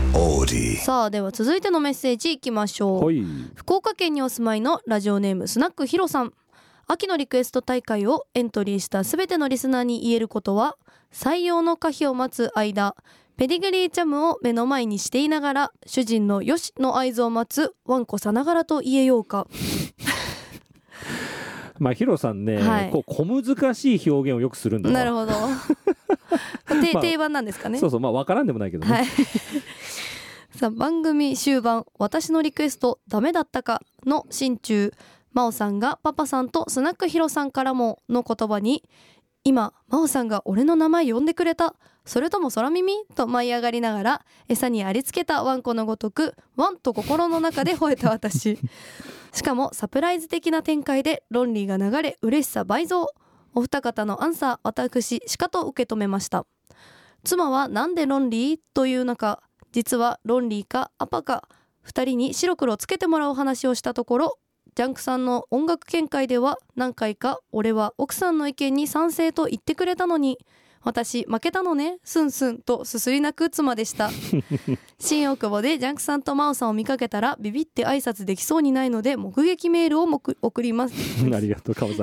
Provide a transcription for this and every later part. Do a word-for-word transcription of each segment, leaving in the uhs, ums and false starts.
さあでは続いてのメッセージいきましょう、はい、福岡県にお住まいのラジオネームスナックヒロさん。秋のリクエスト大会をエントリーしたすべてのリスナーに言えることは、採用の可否を待つ間、ペディグリージャムを目の前にしていながら主人のよしの合図を待つワンコさながらと言えようか。 まあヒロさんね、はい、こう小難しい表現をよくするんだわ。 なるほど。まあ、定番なんですかね。 そうそう、まあ分からんでもないけどね、はい、 さあ番組終盤、私のリクエストダメだったかの心中、真央さんがパパさんとスナックヒロさんからもの言葉に、今真央さんが俺の名前呼んでくれた、それとも空耳と舞い上がりながら餌にありつけたワンコのごとく、ワンと心の中で吠えた私。しかもサプライズ的な展開でロンリーが流れ、嬉しさ倍増。お二方のアンサー、私しかと受け止めました。妻はなんでロンリーという中、実はロンリーかアパか二人に白黒つけてもらうお話をしたところ、ジャンクさんの音楽見解では何回か俺は奥さんの意見に賛成と言ってくれたのに、私負けたのねスンスンとすすり泣く妻でした。新大久保でジャンクさんとマオさんを見かけたらビビって挨拶できそうにないので目撃メールをもく送ります。 ありがとうカオさん。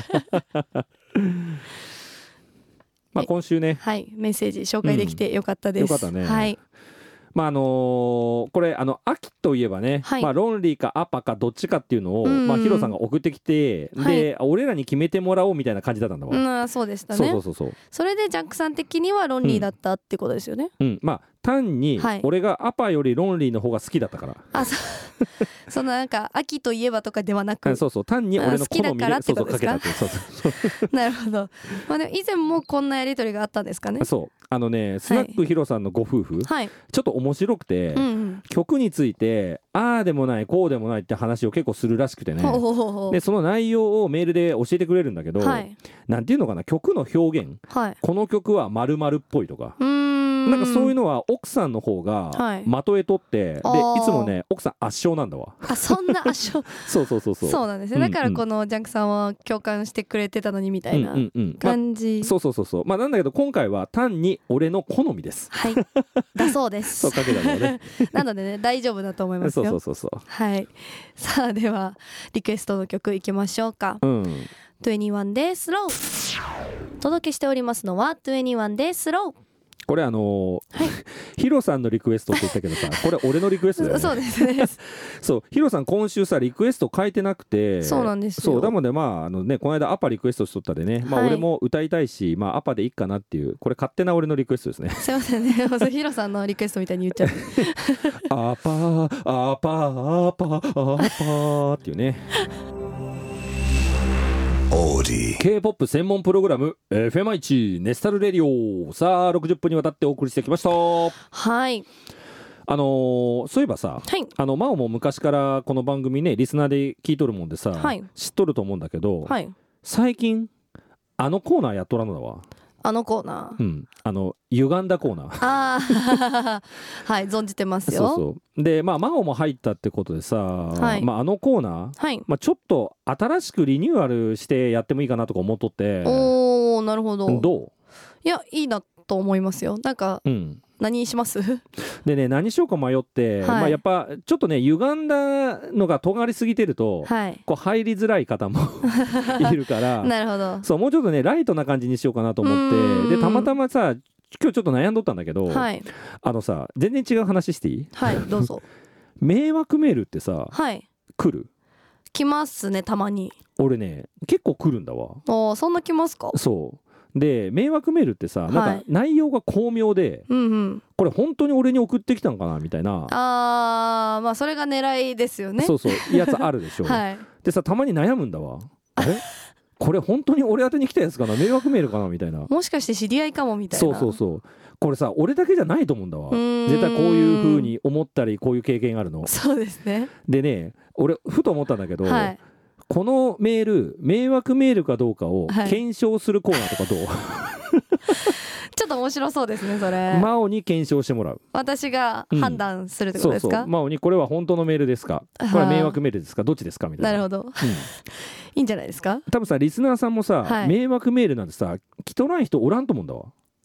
まあ今週ね、 はい、メッセージ紹介できてよかったです、うん、 よかったね、 はい。 まああのー、これあの秋といえばね、はい、まあ、ロンリーかアパかどっちかっていうのを、まあ、ヒロさんが送ってきて、はい、で俺らに決めてもらおうみたいな感じだったんだわ、 うん、そうでしたね。 そうそうそうそう。 それでジャンクさん的にはロンリーだったってことですよね、 うん、うん、まあ単に俺がアパよりロンリーの方が好きだったから、はい、 あそそのなんか秋といえばとかではなく、 そうそう、単に俺の好みで好きだからってことですか。 そうそうそうなるほど。まあでも以前もこんなやり取りがあったんですかね。 そうあのね、スナックヒロさんのご夫婦、はい、ちょっと面白くて、うんうん、曲についてああでもないこうでもないって話を結構するらしくてね。ほうほうほう。でその内容をメールで教えてくれるんだけど、はい、なんていうのかな、曲の表現、はい、この曲は〇〇っぽいとか、うーん、なんかそういうのは奥さんの方が的へ取って、はい、でいつもね奥さん圧勝なんだわ。 あ、そんな圧勝。 そうそうそうそう。 そうなんですね。だからこのジャンクさんは共感してくれてたのにみたいな感じ、うんうんうん、まあ、そうそうそうそう。まあなんだけど今回は単に俺の好みです。 はい。だそうです。 そうかけたのね。 なのでね、大丈夫だと思いますよ。 そうそうそうそう。 はい。さあではリクエストの曲いきましょうか。うん。にじゅういちでスロー。お届けしておりますのはにじゅういちでスロー。 これあのーはい、ヒロさんのリクエストって言ったけどさ、これ俺のリクエストだよね。 そうですね。 そうヒロさん今週さリクエスト書いてなくて、 そうなんですよ。 そうだもんで、まああのね、この間アパリクエストしとったでね、まあ、俺も歌いたいし、まあアパでいいかなっていう、これ勝手な俺のリクエストですね。 すいませんね、ヒロさんのリクエストみたいに言っちゃう。 アパーアパーアパーアパーっていうね。K-ポップ 専門プログラム エフエムアイワン ネスタルレディオ、さあろくじゅっぷんにわたってお送りしてきました。 はい。 あのー、そういえばさ、はい、あの真央も昔からこの番組ねリスナーで聞いとるもんでさ、はい、知っとると思うんだけど、はい、最近あのコーナーやっとらんのだわ。 あのコーナー、 うん、あの歪んだコーナー。 ああはい、存じてますよ。 そうそうで、まあ真央も入ったってことでさ、はい、まあ、あのコーナー、はい、まあ、ちょっと新しくリニューアルしてやってもいいかなとか思っとって。 おー、なるほど。 どう？ いや、いいなと思いますよ。なんか、うん、何します？ でね、何しようか迷って、はい、まあ、やっぱちょっとね歪んだのが尖りすぎてると、はい、こう入りづらい方もいるからなるほど。 そうもうちょっとねライトな感じにしようかなと思って、でたまたまさ今日ちょっと悩んどったんだけど、はい、あのさ全然違う話していい？ はい、どうぞ。 迷惑メールってさ、はい、来る？ 来ますね、たまに。 俺ね結構来るんだわ。 あ、そんな来ますか？ そうで迷惑メールってさ、なんか内容が巧妙で、うんうん、これ本当に俺に送ってきたのかなみたいな。 あー、まあそれが狙いですよね。 そうそうやつあるでしょ、はい、でさたまに悩むんだわ。あれこれ本当に俺宛てに来たやつかな、迷惑メールかなみたいな。 もしかして知り合いかもみたいな。 そうそうそう、これさ俺だけじゃないと思うんだわ。絶対こういう風に思ったりこういう経験があるの。 そうですね。 でね俺ふと思ったんだけど、はい、このメール迷惑メールかどうかを検証するコーナーとかどう？はいちょっと面白そうですねそれ。 真央に検証してもらう。 私が判断するってことですか？うん、そうそう真央にこれは本当のメールですか、これは迷惑メールですか、どっちですかみたいな。 なるほど、うん、いいんじゃないですか。 多分さリスナーさんもさ、はい、迷惑メールなんてさ来とらん人おらんと思うんだわ。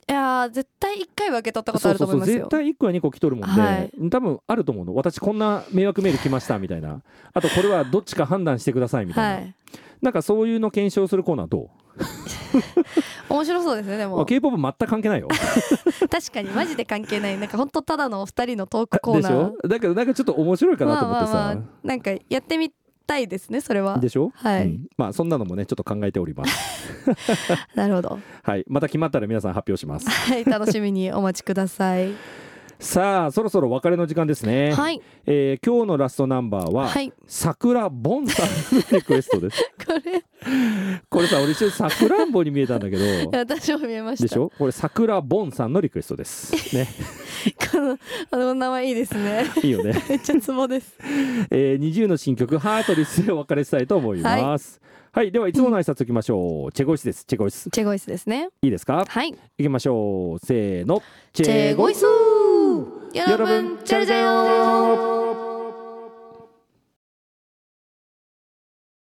いや絶対いっかいは受け取ったことあると思いますよ。 そうそうそう、絶対いっこやにこ来とるもんで、はい、多分あると思うの。私こんな迷惑メール来ましたみたいな、あとこれはどっちか判断してくださいみたいな、はい、なんかそういうの検証するコーナーどう？ 面白そうですね。でも K-ポップ 全く関係ないよ。 確かにマジで関係ない。なんかほんとただのお二人のトークコーナーでしょ。だからなんかちょっと面白いかなと思ってさ、まあまあまあ、 なんかやってみたいですねそれは。 でしょ。 はい、 うん、まあそんなのもねちょっと考えております。 なるほど。 はい、また決まったら皆さん発表します。 はい、楽しみにお待ちください。 さあそろそろ別れの時間ですね。 はい、 えー、今日のラストナンバーは、はい、桜ボンさんのリクエストです。 これこれさ俺一瞬さくらんぼに見えたんだけど私も見えました。 でしょ。これ桜ボンさんのリクエストですね。 このあの名前いいですね。 いいよね。 めっちゃツボです。 えー、ニジューの新曲ハートリスでお別れしたいと思います。はい、はい、ではいつもの挨拶いきましょう。チェゴイスです。チェゴイスチェゴイスですね。 いいですか。 はい、 いきましょう。せーの、 チェゴイス。여러분 잘 자요.